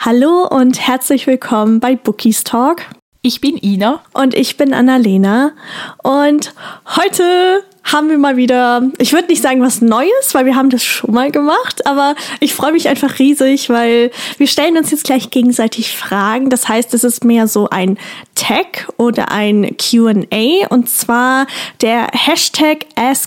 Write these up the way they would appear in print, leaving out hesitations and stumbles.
Hallo und herzlich willkommen bei Bookies Talk. Ich bin Ina. Und ich bin Annalena. Und heute haben wir mal wieder, ich würde nicht sagen was Neues, weil wir haben das schon mal gemacht, aber ich freue mich einfach riesig, weil wir stellen uns jetzt gleich gegenseitig Fragen. Das heißt, es ist mehr so ein Tag oder ein Q&A und zwar der Hashtag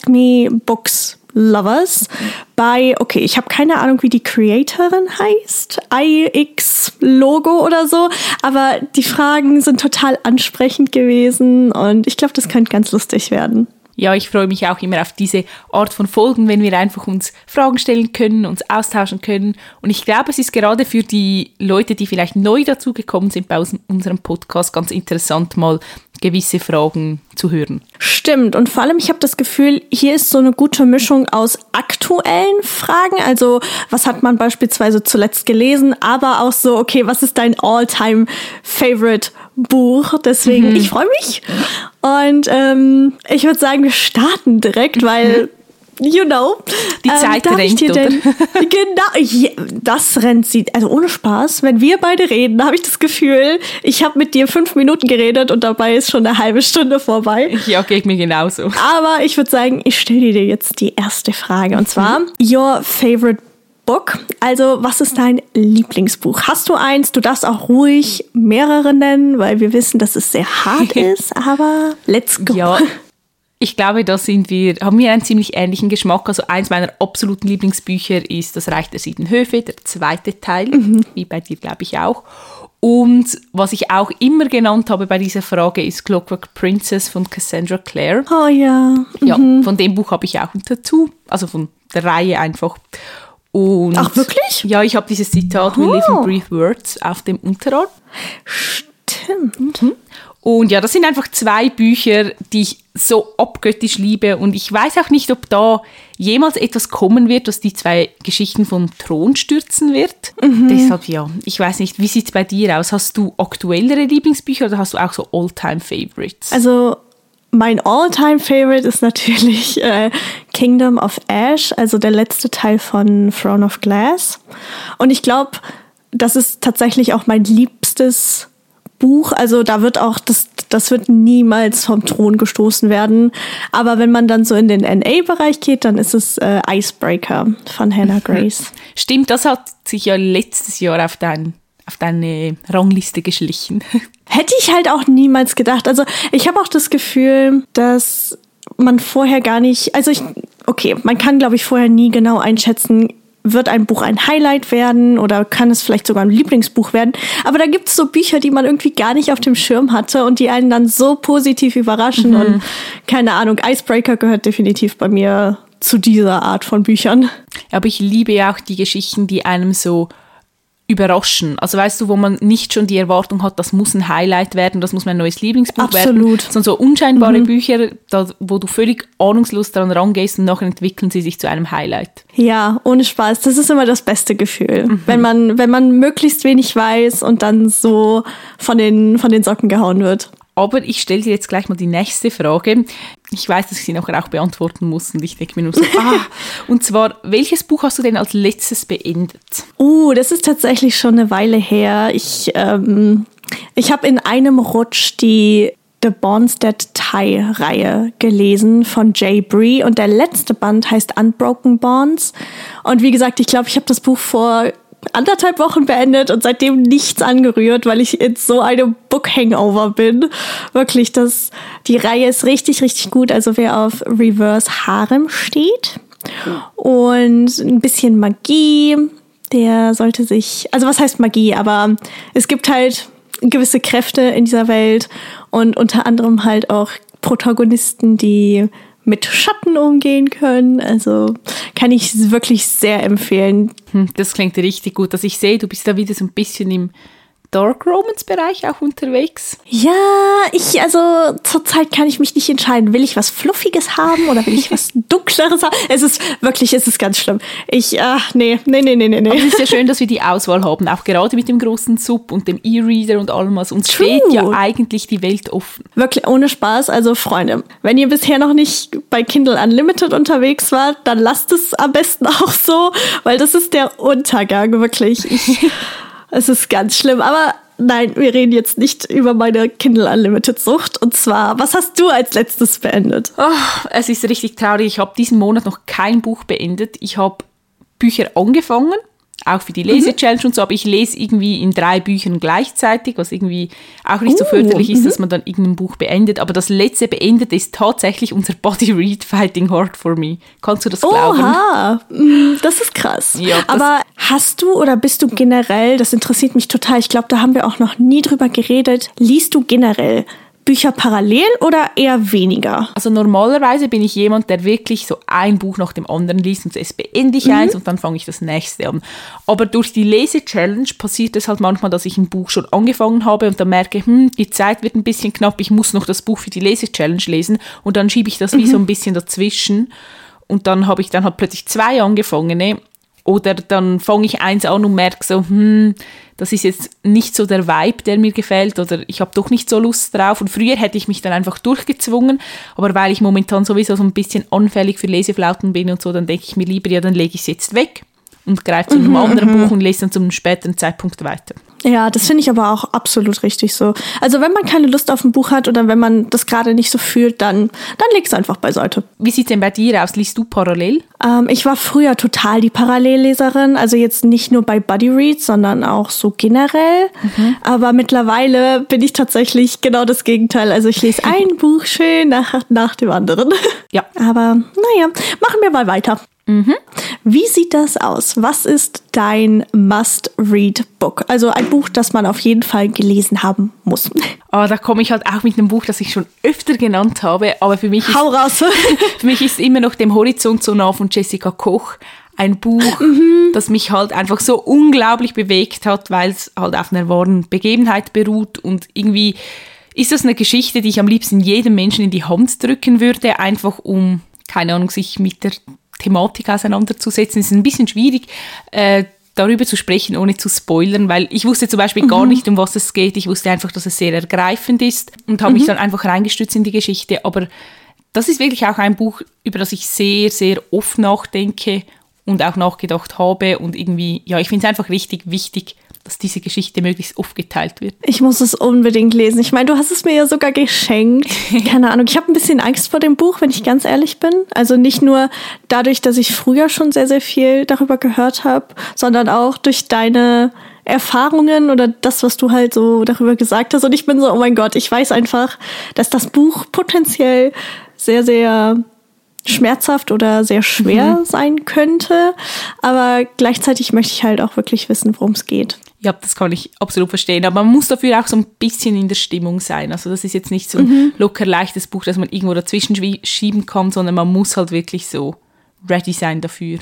AskMeBooksLovers bei, okay, ich habe keine Ahnung, wie die Creatorin heißt, IX Logo oder so, aber die Fragen sind total ansprechend gewesen und ich glaube, das könnte ganz lustig werden. Ja, ich freue mich auch immer auf diese Art von Folgen, wenn wir einfach uns Fragen stellen können, uns austauschen können. Und ich glaube, es ist gerade für die Leute, die vielleicht neu dazugekommen sind bei unserem Podcast, ganz interessant, mal gewisse Fragen zu hören. Stimmt. Und vor allem, ich habe das Gefühl, hier ist so eine gute Mischung aus aktuellen Fragen. Also, was hat man beispielsweise zuletzt gelesen? Aber auch so, okay, was ist dein All-Time-Favorite Buch? Deswegen, ich freue mich. Und ich würde sagen, wir starten direkt, weil you know. Die Zeit rennt, oder? Genau, das rennt sie. Also ohne Spaß, wenn wir beide reden, habe ich das Gefühl, ich habe mit dir 5 Minuten geredet und dabei ist schon eine halbe Stunde vorbei. Ja, geht mir genauso. Aber ich würde sagen, ich stelle dir jetzt die erste Frage. Und zwar, your favorite book? Also, was ist dein Lieblingsbuch? Hast du eins? Du darfst auch ruhig mehrere nennen, weil wir wissen, dass es sehr hart ist, aber let's go. Ja. Ich glaube, da haben wir einen ziemlich ähnlichen Geschmack. Also eins meiner absoluten Lieblingsbücher ist Das Reich der 7 Höfe, der 2. Teil, wie bei dir, glaube ich, auch. Und was ich auch immer genannt habe bei dieser Frage ist Clockwork Princess von Cassandra Clare. Oh ja. Ja, von dem Buch habe ich auch ein Tattoo, also von der Reihe einfach. Und ach, wirklich? Ja, ich habe dieses Zitat, We live and breathe words, auf dem Unterarm. Stimmt. Und ja, das sind einfach 2 Bücher, die ich so abgöttisch liebe. Und ich weiß auch nicht, ob da jemals etwas kommen wird, das die 2 Geschichten vom Thron stürzen wird. Deshalb ja, ich weiß nicht, wie sieht es bei dir aus? Hast du aktuellere Lieblingsbücher oder hast du auch so All-Time-Favorites? Also mein All-Time-Favorite ist natürlich Kingdom of Ash, also der letzte Teil von Throne of Glass. Und ich glaube, das ist tatsächlich auch mein liebstes Buch, also da wird auch, das wird niemals vom Thron gestoßen werden. Aber wenn man dann so in den NA-Bereich geht, dann ist es Icebreaker von Hannah Grace. Stimmt, das hat sich ja letztes Jahr auf deine Rangliste geschlichen. Hätte ich halt auch niemals gedacht. Also ich habe auch das Gefühl, dass man vorher gar nicht, man kann, glaube ich, vorher nie genau einschätzen, wird ein Buch ein Highlight werden oder kann es vielleicht sogar ein Lieblingsbuch werden. Aber da gibt es so Bücher, die man irgendwie gar nicht auf dem Schirm hatte und die einen dann so positiv überraschen. Und keine Ahnung, Icebreaker gehört definitiv bei mir zu dieser Art von Büchern. Aber ich liebe ja auch die Geschichten, die einem so überraschen. Also weißt du, wo man nicht schon die Erwartung hat, das muss ein Highlight werden, das muss mein neues Lieblingsbuch werden. Sondern so unscheinbare Bücher, wo du völlig ahnungslos daran rangehst und nachher entwickeln sie sich zu einem Highlight. Ja, ohne Spaß. Das ist immer das beste Gefühl. Wenn man möglichst wenig weiß und dann so von den Socken gehauen wird. Aber ich stelle dir jetzt gleich mal die nächste Frage. Ich weiß, dass ich sie nachher auch beantworten muss und ich denke mir nur so, und zwar, welches Buch hast du denn als letztes beendet? Das ist tatsächlich schon eine Weile her. Ich habe in einem Rutsch die The Bonds-That-Tie-Reihe gelesen von Jay Bree und der letzte Band heißt Unbroken Bonds. Und wie gesagt, ich glaube, ich habe das Buch vor 1,5 Wochen beendet und seitdem nichts angerührt, weil ich in so einem Book-Hangover bin. Wirklich, die Reihe ist richtig, richtig gut. Also wer auf Reverse Harem steht und ein bisschen Magie, der sollte sich, also was heißt Magie, aber es gibt halt gewisse Kräfte in dieser Welt und unter anderem halt auch Protagonisten, die mit Schatten umgehen können. Also kann ich wirklich sehr empfehlen. Das klingt richtig gut. Also ich sehe, du bist da wieder so ein bisschen im Dark Romance-Bereich auch unterwegs? Ja, zurzeit kann ich mich nicht entscheiden. Will ich was Fluffiges haben oder will ich was Dunkleres haben? Es ist ganz schlimm. Nee. Aber es ist ja schön, dass wir die Auswahl haben, auch gerade mit dem großen Sub und dem E-Reader und allem. Also uns steht ja eigentlich die Welt offen. Wirklich, ohne Spaß. Also Freunde, wenn ihr bisher noch nicht bei Kindle Unlimited unterwegs wart, dann lasst es am besten auch so, weil das ist der Untergang, wirklich. es ist ganz schlimm. Aber nein, wir reden jetzt nicht über meine Kindle Unlimited-Sucht. Und zwar, was hast du als letztes beendet? Oh, es ist richtig traurig. Ich habe diesen Monat noch kein Buch beendet. Ich habe Bücher angefangen, auch für die Lese-Challenge und so, aber ich lese irgendwie in 3 Büchern gleichzeitig, was irgendwie auch nicht so förderlich ist, dass man dann irgendein Buch beendet. Aber das letzte beendet ist tatsächlich unser Body Read Fighting Hard for Me. Kannst du das glauben? Oha, das ist krass. Ja, aber hast du oder bist du generell, das interessiert mich total, ich glaube, da haben wir auch noch nie drüber geredet, liest du generell Bücher parallel oder eher weniger? Also normalerweise bin ich jemand, der wirklich so ein Buch nach dem anderen liest und zuerst beende ich eins und dann fange ich das nächste an. Aber durch die Lese-Challenge passiert es halt manchmal, dass ich ein Buch schon angefangen habe und dann merke, die Zeit wird ein bisschen knapp, ich muss noch das Buch für die Lese-Challenge lesen und dann schiebe ich das wie so ein bisschen dazwischen und dann habe ich dann halt plötzlich 2 angefangene. Oder dann fange ich eins an und merke so, das ist jetzt nicht so der Vibe, der mir gefällt oder ich habe doch nicht so Lust drauf. Und früher hätte ich mich dann einfach durchgezwungen, aber weil ich momentan sowieso so ein bisschen anfällig für Leseflauten bin und so, dann denke ich mir lieber, ja, dann lege ich es jetzt weg und greife zu einem anderen Buch und lese dann zu einem späteren Zeitpunkt weiter. Ja, das finde ich aber auch absolut richtig so. Also wenn man keine Lust auf ein Buch hat oder wenn man das gerade nicht so fühlt, dann leg es einfach beiseite. Wie sieht es denn bei dir aus? Liest du parallel? Ich war früher total die Parallelleserin, also jetzt nicht nur bei Buddy Reads, sondern auch so generell. Aber mittlerweile bin ich tatsächlich genau das Gegenteil. Also ich lese ein Buch schön nach dem anderen. Ja. Aber naja, machen wir mal weiter. Wie sieht das aus? Was ist dein Must-Read-Book? Also ein Buch, das man auf jeden Fall gelesen haben muss. Da komme ich halt auch mit einem Buch, das ich schon öfter genannt habe, aber für mich Hau raus! Für mich ist immer noch Dem Horizont so nah von Jessica Koch ein Buch, das mich halt einfach so unglaublich bewegt hat, weil es halt auf einer wahren Begebenheit beruht und irgendwie ist das eine Geschichte, die ich am liebsten jedem Menschen in die Hand drücken würde, einfach um, keine Ahnung, sich mit der Thematik auseinanderzusetzen. Es ist ein bisschen schwierig, darüber zu sprechen, ohne zu spoilern, weil ich wusste zum Beispiel gar nicht, um was es geht. Ich wusste einfach, dass es sehr ergreifend ist und habe mich dann einfach reingestützt in die Geschichte. Aber das ist wirklich auch ein Buch, über das ich sehr, sehr oft nachdenke und auch nachgedacht habe. Und irgendwie, ja, ich finde es einfach richtig wichtig, dass diese Geschichte möglichst oft geteilt wird. Ich muss es unbedingt lesen. Ich meine, du hast es mir ja sogar geschenkt. Keine Ahnung, ich habe ein bisschen Angst vor dem Buch, wenn ich ganz ehrlich bin. Also nicht nur dadurch, dass ich früher schon sehr, sehr viel darüber gehört habe, sondern auch durch deine Erfahrungen oder das, was du halt so darüber gesagt hast. Und ich bin so, oh mein Gott, ich weiß einfach, dass das Buch potenziell sehr, sehr schmerzhaft oder sehr schwer sein könnte. Aber gleichzeitig möchte ich halt auch wirklich wissen, worum es geht. Ja, das kann ich absolut verstehen. Aber man muss dafür auch so ein bisschen in der Stimmung sein. Also das ist jetzt nicht so ein locker leichtes Buch, das man irgendwo dazwischen schieben kann, sondern man muss halt wirklich so ready sein dafür.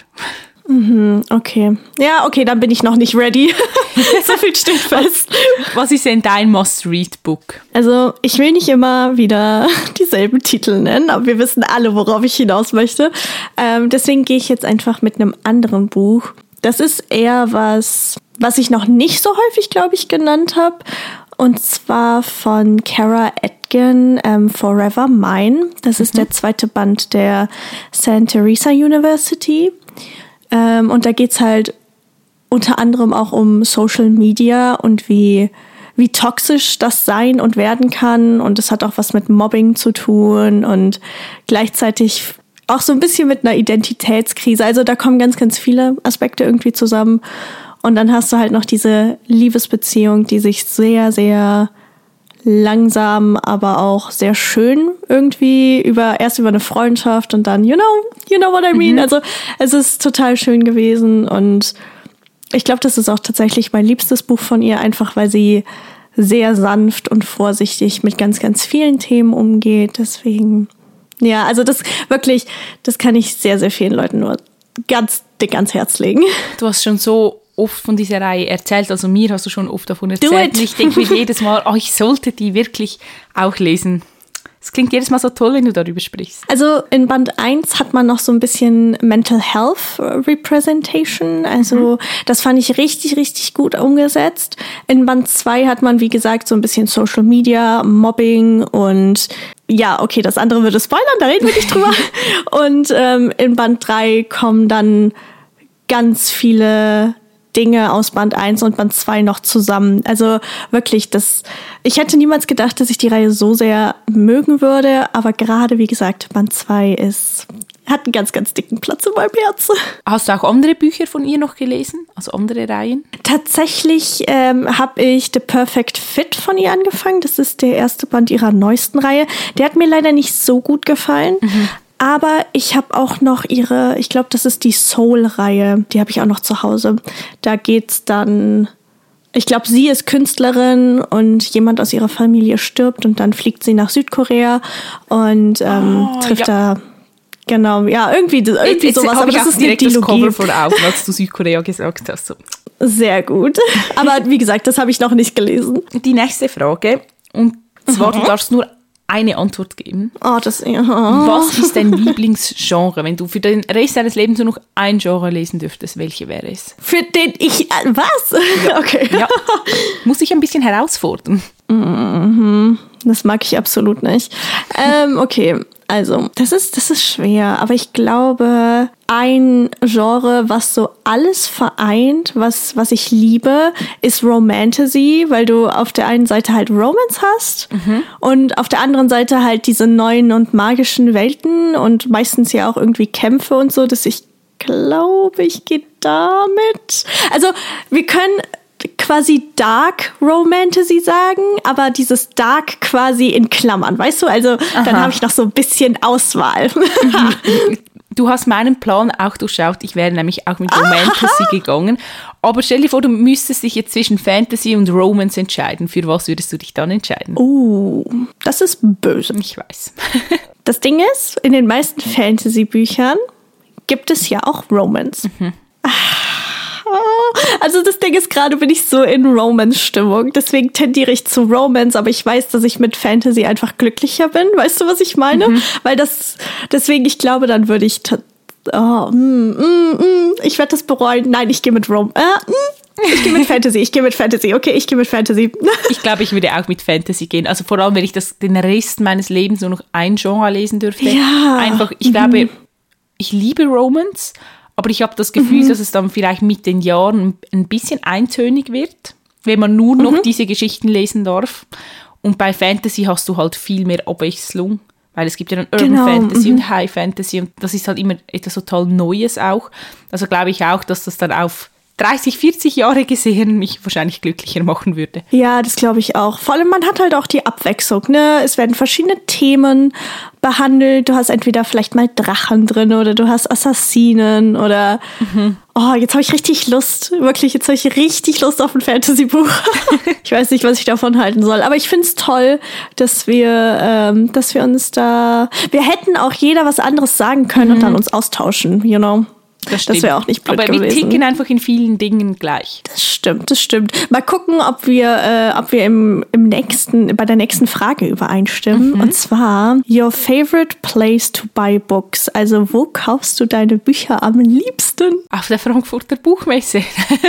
Okay. Ja, okay, dann bin ich noch nicht ready. So viel steht fest. Was ist denn dein Must-Read-Book? Also ich will nicht immer wieder dieselben Titel nennen, aber wir wissen alle, worauf ich hinaus möchte. Deswegen gehe ich jetzt einfach mit einem anderen Buch. Das ist eher was ich noch nicht so häufig, glaube ich, genannt habe. Und zwar von Kara Etkin, Forever Mine. Das ist der 2. Band der St. Teresa University. Und da geht's halt unter anderem auch um Social Media und wie toxisch das sein und werden kann. Und es hat auch was mit Mobbing zu tun und gleichzeitig auch so ein bisschen mit einer Identitätskrise. Also da kommen ganz, ganz viele Aspekte irgendwie zusammen. Und dann hast du halt noch diese Liebesbeziehung, die sich sehr, sehr langsam, aber auch sehr schön irgendwie erst über eine Freundschaft und dann, you know what I mean. Also es ist total schön gewesen und ich glaube, das ist auch tatsächlich mein liebstes Buch von ihr, einfach weil sie sehr sanft und vorsichtig mit ganz, ganz vielen Themen umgeht. Deswegen, ja, also das kann ich sehr, sehr vielen Leuten nur ganz dick ans Herz legen. Du hast schon so oft von dieser Reihe erzählt, also mir hast du schon oft davon erzählt. Und ich denke mir jedes Mal, ich sollte die wirklich auch lesen. Es klingt jedes Mal so toll, wenn du darüber sprichst. Also in Band 1 hat man noch so ein bisschen Mental Health Representation. Also das fand ich richtig, richtig gut umgesetzt. In Band 2 hat man, wie gesagt, so ein bisschen Social Media, Mobbing und ja, okay, das andere würde spoilern, da reden wir nicht drüber. Und in Band 3 kommen dann ganz viele Dinge aus Band 1 und Band 2 noch zusammen. Also wirklich, ich hätte niemals gedacht, dass ich die Reihe so sehr mögen würde, aber gerade, wie gesagt, Band 2 hat einen ganz, ganz dicken Platz in meinem Herzen. Hast du auch andere Bücher von ihr noch gelesen? Also andere Reihen? Tatsächlich habe ich The Perfect Fit von ihr angefangen. Das ist der erste Band ihrer neuesten Reihe. Der hat mir leider nicht so gut gefallen. Aber ich habe auch noch ich glaube, das ist die Soul-Reihe. Die habe ich auch noch zu Hause. Da geht's dann... Ich glaube, sie ist Künstlerin und jemand aus ihrer Familie stirbt und dann fliegt sie nach Südkorea und trifft da... Genau, ja, irgendwie sowas. Aber das ist direkt das Cover vor Augen, als du Südkorea gesagt hast. So. Sehr gut. Aber wie gesagt, das habe ich noch nicht gelesen. Die nächste Frage, und zwar, du darfst nur eine Antwort geben. Was ist dein Lieblingsgenre? Wenn du für den Rest deines Lebens nur noch ein Genre lesen dürftest, welche wäre es? Für den was? Ja. Okay. Ja. Muss ich ein bisschen herausfordern. Das mag ich absolut nicht. Okay. Also, das ist schwer, aber ich glaube, ein Genre, was so alles vereint, was ich liebe, ist Romantasy, weil du auf der einen Seite halt Romance hast und auf der anderen Seite halt diese neuen und magischen Welten und meistens ja auch irgendwie Kämpfe und so, dass ich glaube, ich gehe damit. Also, wir können quasi Dark Romantasy sagen, aber dieses Dark quasi in Klammern, weißt du? Also dann habe ich noch so ein bisschen Auswahl. Du hast meinen Plan auch durchschaut. Ich wäre nämlich auch mit Romantasy gegangen. Aber stell dir vor, du müsstest dich jetzt zwischen Fantasy und Romance entscheiden. Für was würdest du dich dann entscheiden? Das ist böse. Ich weiß. Das Ding ist, in den meisten Fantasy-Büchern gibt es ja auch Romance. Also das Ding ist, gerade bin ich so in Romance-Stimmung, deswegen tendiere ich zu Romance, aber ich weiß, dass ich mit Fantasy einfach glücklicher bin. Weißt du, was ich meine? Weil deswegen, ich glaube, dann würde ich ich werde das bereuen. Nein, ich gehe mit ich gehe mit Fantasy. Okay, ich gehe mit Fantasy. Ich glaube, ich würde auch mit Fantasy gehen. Also vor allem, wenn ich den Rest meines Lebens nur noch ein Genre lesen dürfte. Ja. Einfach, ich glaube, ich liebe Romance, aber ich habe das Gefühl, dass es dann vielleicht mit den Jahren ein bisschen eintönig wird, wenn man nur noch diese Geschichten lesen darf. Und bei Fantasy hast du halt viel mehr Abwechslung, weil es gibt ja dann Urban Fantasy und High Fantasy und das ist halt immer etwas total Neues auch. Also glaube ich auch, dass das dann auf 30, 40 Jahre gesehen mich wahrscheinlich glücklicher machen würde. Ja, das glaube ich auch. Vor allem, man hat halt auch die Abwechslung, ne? Es werden verschiedene Themen behandelt. Du hast entweder vielleicht mal Drachen drin oder du hast Assassinen oder jetzt habe ich richtig Lust. Wirklich, jetzt habe ich richtig Lust auf ein Fantasy-Buch. Ich weiß nicht, was ich davon halten soll. Aber ich finde es toll, dass wir uns da... Wir hätten auch jeder was anderes sagen können und dann uns austauschen, you know? Das wäre auch nicht blöd gewesen. Aber wir ticken einfach in vielen Dingen gleich. Das stimmt. Mal gucken, ob wir bei der nächsten Frage übereinstimmen. Und zwar, your favorite place to buy books. Also, wo kaufst du deine Bücher am liebsten? Auf der Frankfurter Buchmesse.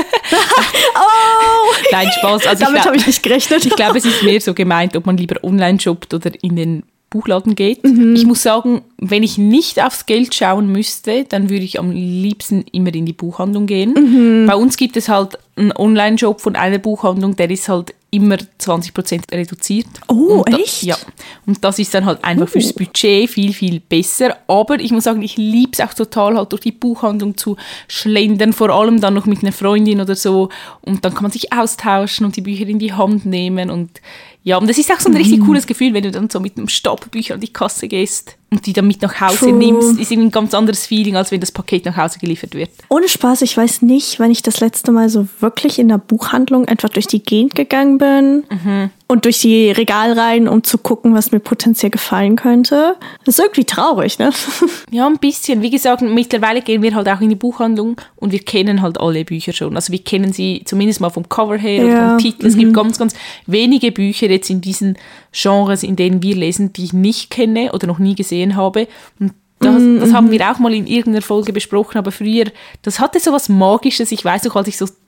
Nein, Spaß. Also damit habe ich nicht gerechnet. Ich glaube, es ist mehr so gemeint, ob man lieber online shoppt oder in den Buchladen geht. Ich muss sagen, wenn ich nicht aufs Geld schauen müsste, dann würde ich am liebsten immer in die Buchhandlung gehen. Bei uns gibt es halt einen Online-Shop von einer Buchhandlung, der ist halt immer 20% reduziert. Oh, echt? Ja. Und das ist dann halt einfach fürs Budget viel, viel besser. Aber ich muss sagen, ich liebe es auch total, halt durch die Buchhandlung zu schlendern, vor allem dann noch mit einer Freundin oder so. Und dann kann man sich austauschen und die Bücher in die Hand nehmen und ja, und das ist auch so ein richtig cooles Gefühl, wenn du dann so mit einem Stapel Bücher an die Kasse gehst und die dann mit nach Hause nimmst. Ist irgendwie ein ganz anderes Feeling, als wenn das Paket nach Hause geliefert wird. Ohne Spaß, ich weiß nicht, wann ich das letzte Mal so wirklich in der Buchhandlung einfach durch die Gegend gegangen bin und durch die Regalreihen, um zu gucken, was mir potenziell gefallen könnte. Das ist irgendwie traurig, ne? Ja, ein bisschen. Wie gesagt, mittlerweile gehen wir halt auch in die Buchhandlung und wir kennen halt alle Bücher schon. Also wir kennen sie zumindest mal vom Cover her oder vom Titel. Es gibt ganz, ganz wenige Bücher jetzt in diesen Genres, in denen wir lesen, die ich nicht kenne oder noch nie gesehen habe. Und das haben wir auch mal in irgendeiner Folge besprochen, aber früher, das hatte so was Magisches. Ich weiß noch, als ich so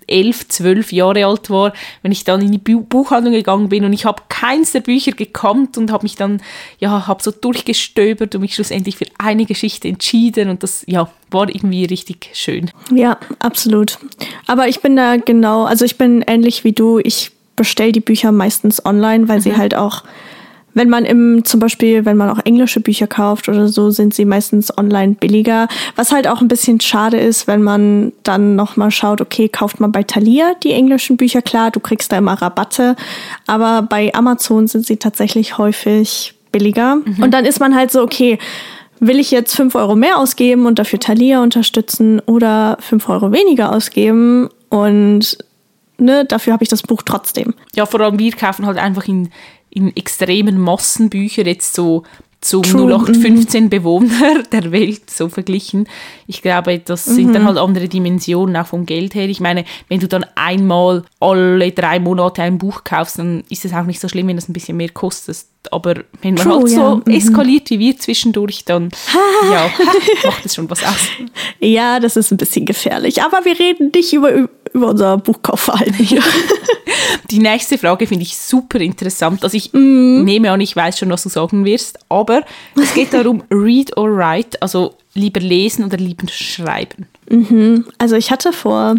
11, 12 Jahre alt war, wenn ich dann in die Buchhandlung gegangen bin und ich habe keins der Bücher gekannt und habe mich dann, habe so durchgestöbert und mich schlussendlich für eine Geschichte entschieden und das, war irgendwie richtig schön. Ja, absolut. Aber ich bin da ich bin ähnlich wie du, ich bestelle die Bücher meistens online, weil sie halt auch, wenn man zum Beispiel, wenn man auch englische Bücher kauft oder so, sind sie meistens online billiger. Was halt auch ein bisschen schade ist, wenn man dann nochmal schaut, okay, kauft man bei Thalia die englischen Bücher, klar, du kriegst da immer Rabatte, aber bei Amazon sind sie tatsächlich häufig billiger. Und dann ist man halt so, okay, will ich jetzt 5 Euro mehr ausgeben und dafür Thalia unterstützen oder 5 Euro weniger ausgeben und dafür habe ich das Buch trotzdem. Ja, vor allem wir kaufen halt einfach in extremen Massen Bücher, jetzt so zum 0815 Bewohner der Welt so verglichen. Ich glaube, das sind dann halt andere Dimensionen, auch vom Geld her. Ich meine, wenn du dann einmal alle 3 Monate ein Buch kaufst, dann ist es auch nicht so schlimm, wenn das ein bisschen mehr kostet. Aber wenn man halt so eskaliert wie wir zwischendurch, dann macht es schon was aus. Ja, das ist ein bisschen gefährlich. Aber wir reden nicht über unser Buchkaufverhalten hier. Die nächste Frage finde ich super interessant. Also ich nehme an, ich weiß schon, was du sagen wirst, aber es geht darum, read or write, also lieber lesen oder lieber schreiben. Also ich hatte vor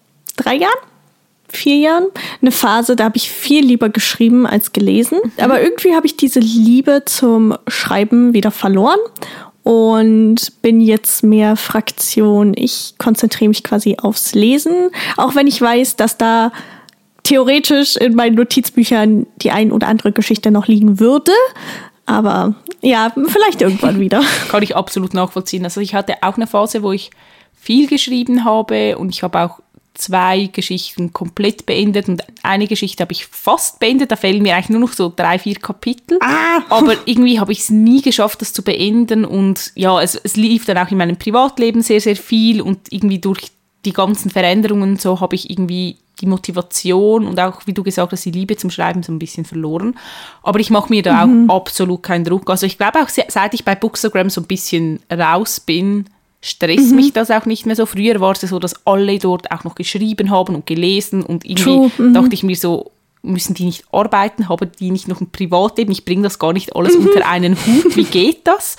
4 Jahren eine Phase, da habe ich viel lieber geschrieben als gelesen. Aber irgendwie habe ich diese Liebe zum Schreiben wieder verloren und bin jetzt mehr Fraktion. Ich konzentriere mich quasi aufs Lesen, auch wenn ich weiß, dass da theoretisch in meinen Notizbüchern die ein oder andere Geschichte noch liegen würde. Aber ja, vielleicht irgendwann wieder. Kann ich absolut nachvollziehen. Also ich hatte auch eine Phase, wo ich viel geschrieben habe und ich habe auch 2 Geschichten komplett beendet und eine Geschichte habe ich fast beendet. Da fehlen mir eigentlich nur noch so 3, 4 Kapitel. Aber irgendwie habe ich es nie geschafft, das zu beenden. Und ja, es lief dann auch in meinem Privatleben sehr, sehr viel und irgendwie durch die ganzen Veränderungen so habe ich irgendwie die Motivation und auch, wie du gesagt hast, die Liebe zum Schreiben so ein bisschen verloren. Aber ich mache mir da auch absolut keinen Druck. Also ich glaube auch, seit ich bei Bookstagram so ein bisschen raus bin, stresst mich das auch nicht mehr so. Früher war es so, dass alle dort auch noch geschrieben haben und gelesen und irgendwie dachte ich mir so, müssen die nicht arbeiten, haben die nicht noch ein Privatleben? Ich bringe das gar nicht alles unter einen Hut. Wie geht das?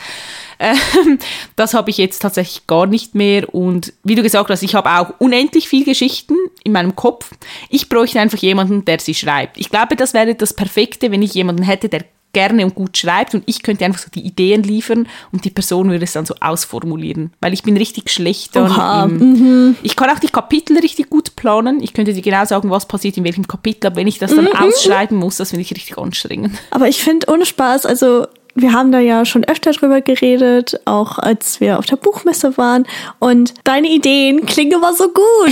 Das habe ich jetzt tatsächlich gar nicht mehr. Und wie du gesagt hast, ich habe auch unendlich viele Geschichten in meinem Kopf. Ich bräuchte einfach jemanden, der sie schreibt. Ich glaube, das wäre das Perfekte, wenn ich jemanden hätte, der gerne und gut schreibt und ich könnte einfach so die Ideen liefern und die Person würde es dann so ausformulieren, weil ich bin richtig schlecht dann ich kann auch die Kapitel richtig gut planen, ich könnte dir genau sagen, was passiert in welchem Kapitel, aber wenn ich das dann ausschreiben muss, das finde ich richtig anstrengend. Aber ich finde, ohne Spaß, also wir haben da ja schon öfter drüber geredet, auch als wir auf der Buchmesse waren und deine Ideen klingen immer so gut.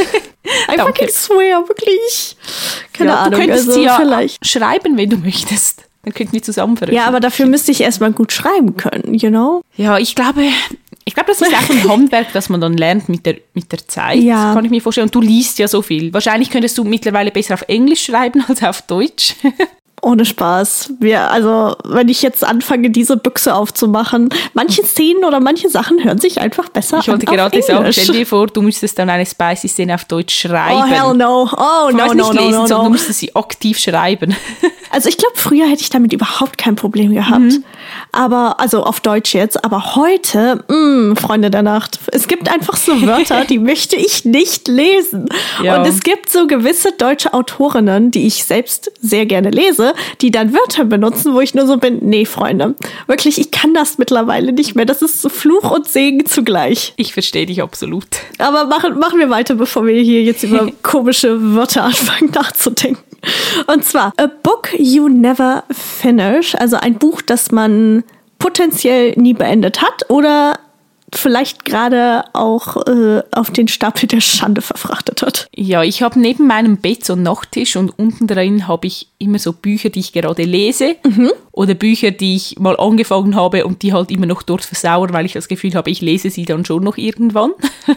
I fucking swear, wirklich. Keine Ahnung. Du könntest sie ja vielleicht schreiben, wenn du möchtest. Dann könnten wir zusammen veröffentlichen. Ja, aber dafür müsste ich erstmal gut schreiben können, you know? Ja, ich glaube, das ist auch ein Handwerk, das man dann lernt mit der Zeit, ja. Kann ich mir vorstellen. Und du liest ja so viel. Wahrscheinlich könntest du mittlerweile besser auf Englisch schreiben als auf Deutsch. Ohne Spaß. Also, wenn ich jetzt anfange, diese Büchse aufzumachen, manche Szenen oder manche Sachen hören sich einfach besser an. Ich wollte gerade sagen, stell dir vor, du müsstest dann eine Spicy-Szene auf Deutsch schreiben. Oh, hell no. Oh, no, nicht lesen, sondern du müsstest sie aktiv schreiben. Also, ich glaube, früher hätte ich damit überhaupt kein Problem gehabt. Aber, also auf Deutsch jetzt. Aber heute, Freunde der Nacht, es gibt einfach so Wörter, die möchte ich nicht lesen. Ja. Und es gibt so gewisse deutsche Autorinnen, die ich selbst sehr gerne lese, die dann Wörter benutzen, wo ich nur so bin, nee, Freunde, wirklich, ich kann das mittlerweile nicht mehr. Das ist so Fluch und Segen zugleich. Ich verstehe dich absolut. Aber machen wir weiter, bevor wir hier jetzt über komische Wörter anfangen nachzudenken. Und zwar, a book you never finish, also ein Buch, das man potenziell nie beendet hat oder vielleicht gerade auch auf den Stapel der Schande verfrachtet hat. Ja, ich habe neben meinem Bett so einen Nachttisch und unten drin habe ich immer so Bücher, die ich gerade lese oder Bücher, die ich mal angefangen habe und die halt immer noch dort versauern, weil ich das Gefühl habe, ich lese sie dann schon noch irgendwann.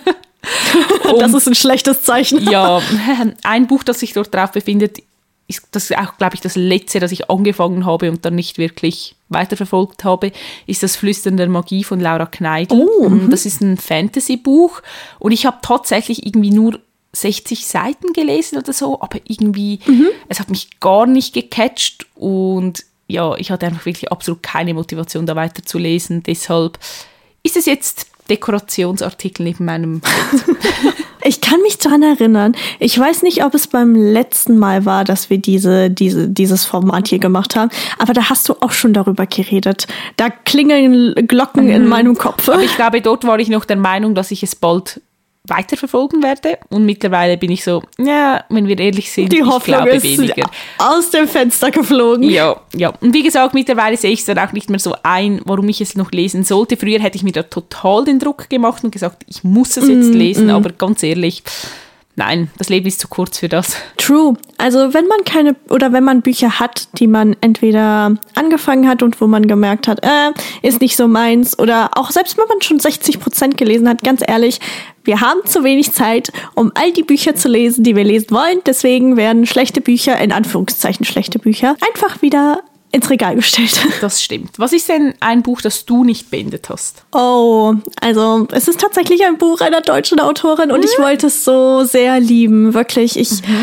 Das ist ein schlechtes Zeichen. Ja, ein Buch, das sich dort drauf befindet, das ist auch, glaube ich, das letzte, das ich angefangen habe und dann nicht wirklich weiterverfolgt habe, ist das Flüstern der Magie von Laura Kneidl. Das ist ein Fantasy-Buch und ich habe tatsächlich irgendwie nur 60 Seiten gelesen oder so, aber irgendwie, es hat mich gar nicht gecatcht und ja, ich hatte einfach wirklich absolut keine Motivation, da weiter zu lesen. Deshalb ist es jetzt Dekorationsartikel neben meinem Bett. Ich kann mich daran erinnern. Ich weiß nicht, ob es beim letzten Mal war, dass wir dieses Format hier gemacht haben, aber da hast du auch schon darüber geredet. Da klingeln Glocken in meinem Kopf. Aber ich glaube, dort war ich noch der Meinung, dass ich es bald weiterverfolgen werde. Und mittlerweile bin ich so, ja, wenn wir ehrlich sind, die Hoffnung ich glaube ist weniger. Aus dem Fenster geflogen. Ja. Und wie gesagt, mittlerweile sehe ich es dann auch nicht mehr so ein, warum ich es noch lesen sollte. Früher hätte ich mir da total den Druck gemacht und gesagt, ich muss es jetzt lesen, aber ganz ehrlich, nein, das Leben ist zu kurz für das. True. Also wenn man Bücher hat, die man entweder angefangen hat und wo man gemerkt hat, ist nicht so meins, oder auch selbst wenn man schon 60% gelesen hat, ganz ehrlich, wir haben zu wenig Zeit, um all die Bücher zu lesen, die wir lesen wollen. Deswegen werden schlechte Bücher, in Anführungszeichen schlechte Bücher, einfach wieder ins Regal gestellt. Das stimmt. Was ist denn ein Buch, das du nicht beendet hast? Oh, also es ist tatsächlich ein Buch einer deutschen Autorin und ich wollte es so sehr lieben. Wirklich,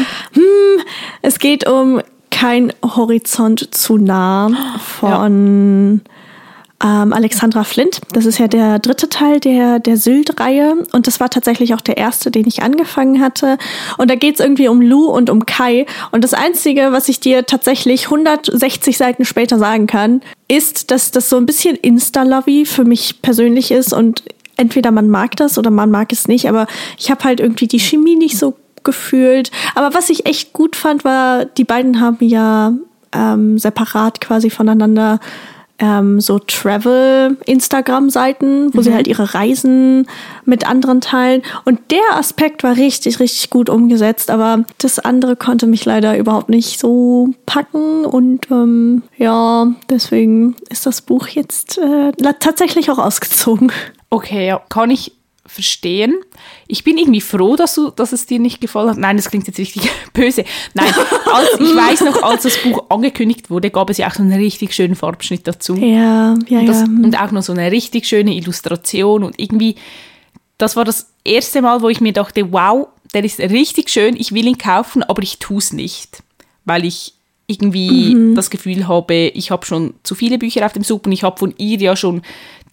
es geht um Kein Horizont zu nah von Alexandra Flint. Das ist ja der 3. Teil der Sylt-Reihe und das war tatsächlich auch der erste, den ich angefangen hatte. Und da geht es irgendwie um Lou und um Kai. Und das Einzige, was ich dir tatsächlich 160 Seiten später sagen kann, ist, dass das so ein bisschen Insta-Lovey für mich persönlich ist und entweder man mag das oder man mag es nicht, aber ich habe halt irgendwie die Chemie nicht so gefühlt. Aber was ich echt gut fand, war, die beiden haben ja separat quasi voneinander so Travel-Instagram-Seiten, wo sie halt ihre Reisen mit anderen teilen. Und der Aspekt war richtig, richtig gut umgesetzt. Aber das andere konnte mich leider überhaupt nicht so packen. Und deswegen ist das Buch jetzt tatsächlich auch ausgezogen. Okay, ja, kann ich verstehen. Ich bin irgendwie froh, dass es dir nicht gefallen hat. Nein, das klingt jetzt richtig böse. Nein, ich weiß noch, als das Buch angekündigt wurde, gab es ja auch so einen richtig schönen Farbschnitt dazu. Ja. Und auch noch so eine richtig schöne Illustration. Und irgendwie, das war das erste Mal, wo ich mir dachte, wow, der ist richtig schön, ich will ihn kaufen, aber ich tue es nicht. Weil ich irgendwie das Gefühl habe, ich habe schon zu viele Bücher auf dem Sub und ich habe von ihr ja schon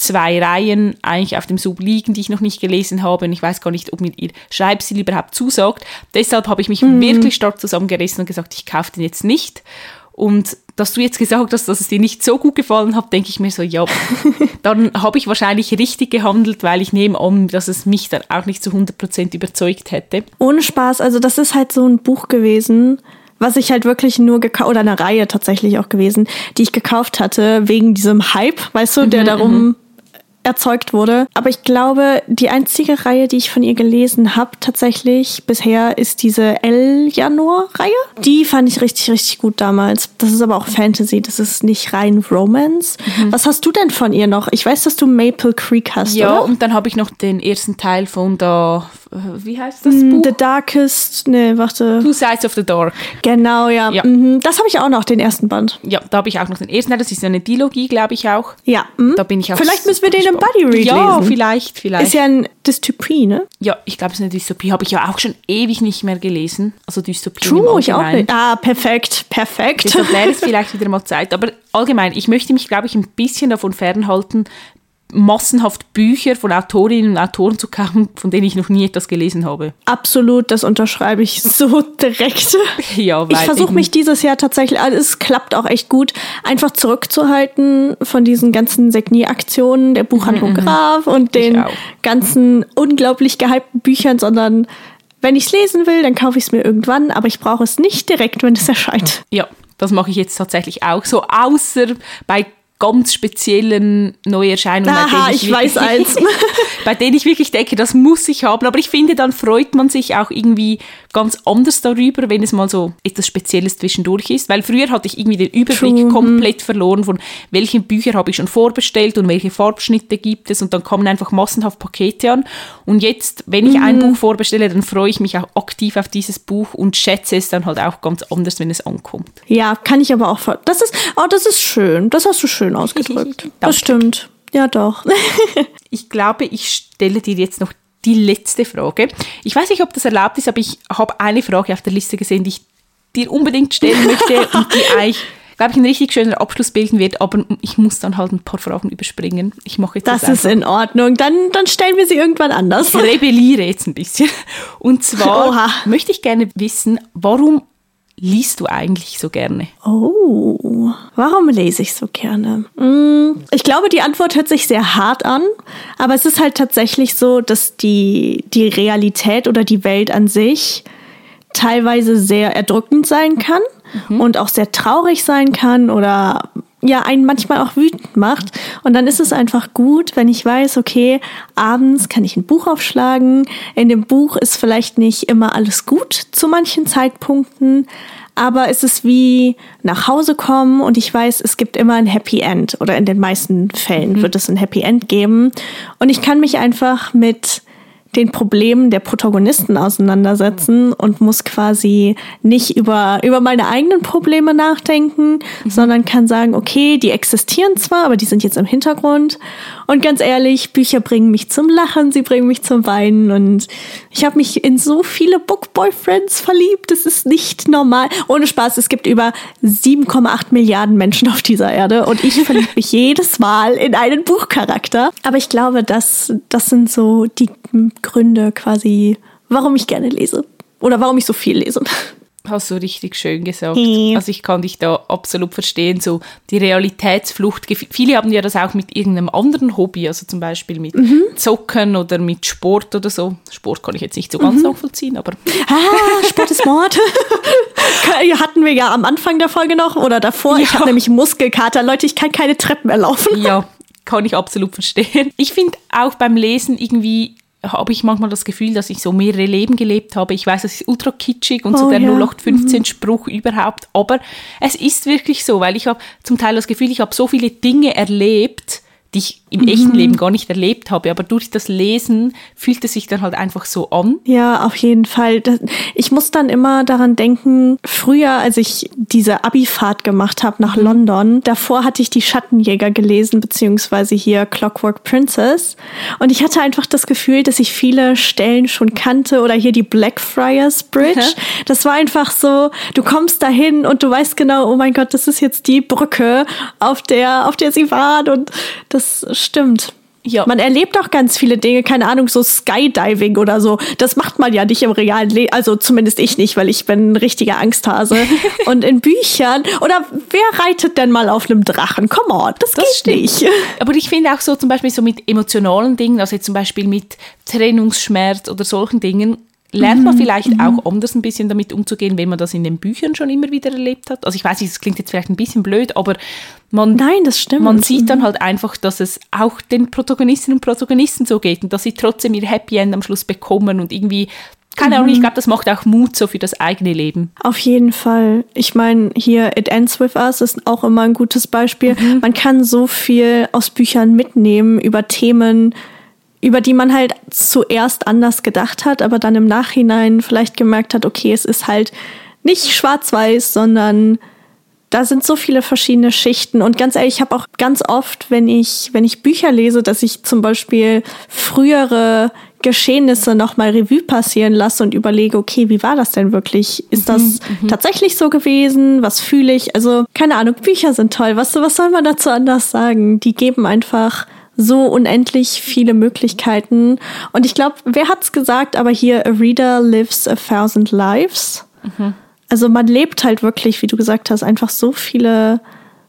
2 Reihen eigentlich auf dem Sub liegen, die ich noch nicht gelesen habe und ich weiß gar nicht, ob mir ihr Schreibstil überhaupt zusagt. Deshalb habe ich mich wirklich stark zusammengerissen und gesagt, ich kaufe den jetzt nicht. Und dass du jetzt gesagt hast, dass es dir nicht so gut gefallen hat, denke ich mir so, ja, dann habe ich wahrscheinlich richtig gehandelt, weil ich nehme an, dass es mich dann auch nicht zu 100% überzeugt hätte. Ohne Spaß, also das ist halt so ein Buch gewesen, was ich halt wirklich nur gekauft, oder eine Reihe tatsächlich auch gewesen, die ich gekauft hatte wegen diesem Hype, weißt du, der darum erzeugt wurde. Aber ich glaube, die einzige Reihe, die ich von ihr gelesen habe, tatsächlich bisher, ist diese El-Janor-Reihe. Die fand ich richtig, richtig gut damals. Das ist aber auch Fantasy, das ist nicht rein Romance. Was hast du denn von ihr noch? Ich weiß, dass du Maple Creek hast, ja, oder? Und dann habe ich noch den ersten Teil von der, wie heißt das Buch? The Darkest, Two Sides of the Dark. Genau, ja. Das habe ich auch noch, den ersten Band. Ja, da habe ich auch noch den ersten Teil. Das ist eine Dilogie, glaube ich auch. Ja. Da bin ich auch. Vielleicht müssen wir den im Buddy Read lesen. Ja, vielleicht. Ist ja ein Dystopie, ne? Ja, ich glaube, es ist eine Dystopie. Habe ich ja auch schon ewig nicht mehr gelesen. Also Dystopie. True, ich auch nicht. Ah, perfekt. Deshalb wäre es vielleicht wieder mal Zeit. Aber allgemein, ich möchte mich, glaube ich, ein bisschen davon fernhalten, massenhaft Bücher von Autorinnen und Autoren zu kaufen, von denen ich noch nie etwas gelesen habe. Absolut, das unterschreibe ich so direkt. Ja, weil ich versuche mich dieses Jahr tatsächlich, es klappt auch echt gut, einfach zurückzuhalten von diesen ganzen Signieraktionen der Buchhandlung Graf und den ganzen unglaublich gehypten Büchern, sondern wenn ich es lesen will, dann kaufe ich es mir irgendwann, aber ich brauche es nicht direkt, wenn es erscheint. Ja, das mache ich jetzt tatsächlich auch so, außer bei ganz speziellen Neuerscheinungen. Bei denen ich wirklich denke, das muss ich haben. Aber ich finde, dann freut man sich auch irgendwie ganz anders darüber, wenn es mal so etwas Spezielles zwischendurch ist. Weil früher hatte ich irgendwie den Überblick komplett verloren, von welchen Büchern habe ich schon vorbestellt und welche Farbschnitte gibt es. Und dann kommen einfach massenhaft Pakete an. Und jetzt, wenn ich ein Buch vorbestelle, dann freue ich mich auch aktiv auf dieses Buch und schätze es dann halt auch ganz anders, wenn es ankommt. Ja, kann ich aber auch. Das ist schön. Das hast du schön ausgedrückt. Das stimmt. Ja, doch. Ich glaube, ich stelle dir jetzt noch die letzte Frage. Ich weiß nicht, ob das erlaubt ist, aber ich habe eine Frage auf der Liste gesehen, die ich dir unbedingt stellen möchte und die eigentlich, glaube ich, ein richtig schöner Abschluss bilden wird, aber ich muss dann halt ein paar Fragen überspringen. Ich mache jetzt das ist in Ordnung, dann stellen wir sie irgendwann anders. Ich rebelliere jetzt ein bisschen. Und zwar möchte ich gerne wissen, warum liest du eigentlich so gerne? Oh, warum lese ich so gerne? Ich glaube, die Antwort hört sich sehr hart an, aber es ist halt tatsächlich so, dass die Realität oder die Welt an sich teilweise sehr erdrückend sein kann und auch sehr traurig sein kann oder ja, einen manchmal auch wütend macht. Und dann ist es einfach gut, wenn ich weiß, okay, abends kann ich ein Buch aufschlagen. In dem Buch ist vielleicht nicht immer alles gut zu manchen Zeitpunkten, aber es ist wie nach Hause kommen und ich weiß, es gibt immer ein Happy End oder in den meisten Fällen wird es ein Happy End geben. Und ich kann mich einfach mit den Problemen der Protagonisten auseinandersetzen und muss quasi nicht über meine eigenen Probleme nachdenken, sondern kann sagen, okay, die existieren zwar, aber die sind jetzt im Hintergrund. Und ganz ehrlich, Bücher bringen mich zum Lachen, sie bringen mich zum Weinen und ich habe mich in so viele Book-Boyfriends verliebt. Das ist nicht normal. Ohne Spaß, es gibt über 7,8 Milliarden Menschen auf dieser Erde und ich verliebe mich jedes Mal in einen Buchcharakter. Aber ich glaube, das sind so die Gründe quasi, warum ich gerne lese oder warum ich so viel lese. Hast du richtig schön gesagt. Also ich kann dich da absolut verstehen, so die Realitätsflucht. Viele haben ja das auch mit irgendeinem anderen Hobby, also zum Beispiel mit Zocken oder mit Sport oder so. Sport kann ich jetzt nicht so ganz nachvollziehen, aber... Sport ist Mord. Hatten wir ja am Anfang der Folge noch oder davor. Ja. Ich habe nämlich Muskelkater. Leute, ich kann keine Treppen mehr laufen. Ja, kann ich absolut verstehen. Ich finde auch beim Lesen irgendwie... habe ich manchmal das Gefühl, dass ich so mehrere Leben gelebt habe. Ich weiß, das ist ultra kitschig und so der 0815-Spruch überhaupt, aber es ist wirklich so, weil ich habe zum Teil das Gefühl, ich habe so viele Dinge erlebt, die ich im echten Leben gar nicht erlebt habe, aber durch das Lesen fühlt es sich dann halt einfach so an. Ja, auf jeden Fall. Ich muss dann immer daran denken, früher, als ich diese Abi-Fahrt gemacht habe nach London, davor hatte ich die Schattenjäger gelesen, beziehungsweise hier Clockwork Princess. Und ich hatte einfach das Gefühl, dass ich viele Stellen schon kannte oder hier die Blackfriars Bridge. Das war einfach so, du kommst dahin und du weißt genau, oh mein Gott, das ist jetzt die Brücke, auf der sie waren und das stimmt. Ja. Man erlebt auch ganz viele Dinge, keine Ahnung, so Skydiving oder so. Das macht man ja nicht im realen Leben, also zumindest ich nicht, weil ich bin ein richtiger Angsthase. Und in Büchern, oder wer reitet denn mal auf einem Drachen? Come on, das geht stimmt. Nicht. Aber ich finde auch so zum Beispiel so mit emotionalen Dingen, also jetzt zum Beispiel mit Trennungsschmerz oder solchen Dingen, lernt man vielleicht auch anders ein bisschen damit umzugehen, wenn man das in den Büchern schon immer wieder erlebt hat. Also ich weiß nicht, das klingt jetzt vielleicht ein bisschen blöd, aber Nein, das stimmt. Man sieht dann halt einfach, dass es auch den Protagonistinnen und Protagonisten so geht und dass sie trotzdem ihr Happy End am Schluss bekommen und irgendwie, keine Ahnung, ich glaube, das macht auch Mut so für das eigene Leben. Auf jeden Fall. Ich meine, hier It Ends With Us ist auch immer ein gutes Beispiel. Man kann so viel aus Büchern mitnehmen über Themen, über die man halt zuerst anders gedacht hat, aber dann im Nachhinein vielleicht gemerkt hat, okay, es ist halt nicht schwarz-weiß, sondern da sind so viele verschiedene Schichten. Und ganz ehrlich, ich habe auch ganz oft, wenn ich Bücher lese, dass ich zum Beispiel frühere Geschehnisse nochmal Revue passieren lasse und überlege, okay, wie war das denn wirklich? Ist das tatsächlich so gewesen? Was fühle ich? Also, keine Ahnung, Bücher sind toll. Was soll man dazu anders sagen? Die geben einfach so unendlich viele Möglichkeiten. Und ich glaube, wer hat's gesagt, aber hier, a reader lives 1,000 lives. Also man lebt halt wirklich, wie du gesagt hast, einfach so viele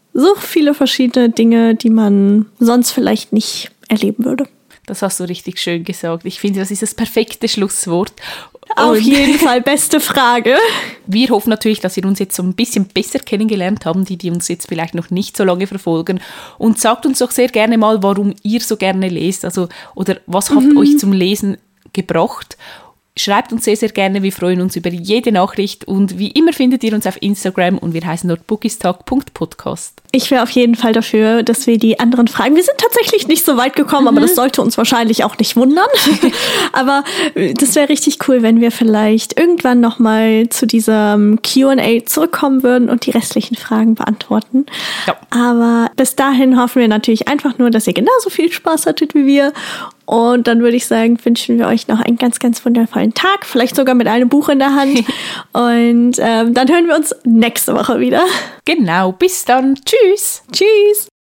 verschiedene Dinge, die man sonst vielleicht nicht erleben würde. Das hast du richtig schön gesagt. Ich finde, das ist das perfekte Schlusswort. Auf jeden Fall, beste Frage. Wir hoffen natürlich, dass ihr uns jetzt so ein bisschen besser kennengelernt haben, die uns jetzt vielleicht noch nicht so lange verfolgen. Und sagt uns doch sehr gerne mal, warum ihr so gerne lest. Also, oder was hat euch zum Lesen gebracht? Schreibt uns sehr, sehr gerne. Wir freuen uns über jede Nachricht. Und wie immer findet ihr uns auf Instagram und wir heißen dort bookistalk.podcast. Ich wäre auf jeden Fall dafür, dass wir die anderen Fragen, wir sind tatsächlich nicht so weit gekommen, aber das sollte uns wahrscheinlich auch nicht wundern. Aber das wäre richtig cool, wenn wir vielleicht irgendwann nochmal zu diesem Q&A zurückkommen würden und die restlichen Fragen beantworten. Ja. Aber bis dahin hoffen wir natürlich einfach nur, dass ihr genauso viel Spaß hattet wie wir. Und dann würde ich sagen, wünschen wir euch noch einen ganz, ganz wundervollen Tag. Vielleicht sogar mit einem Buch in der Hand. Und dann hören wir uns nächste Woche wieder. Genau, bis dann. Tschüss. Tschüss.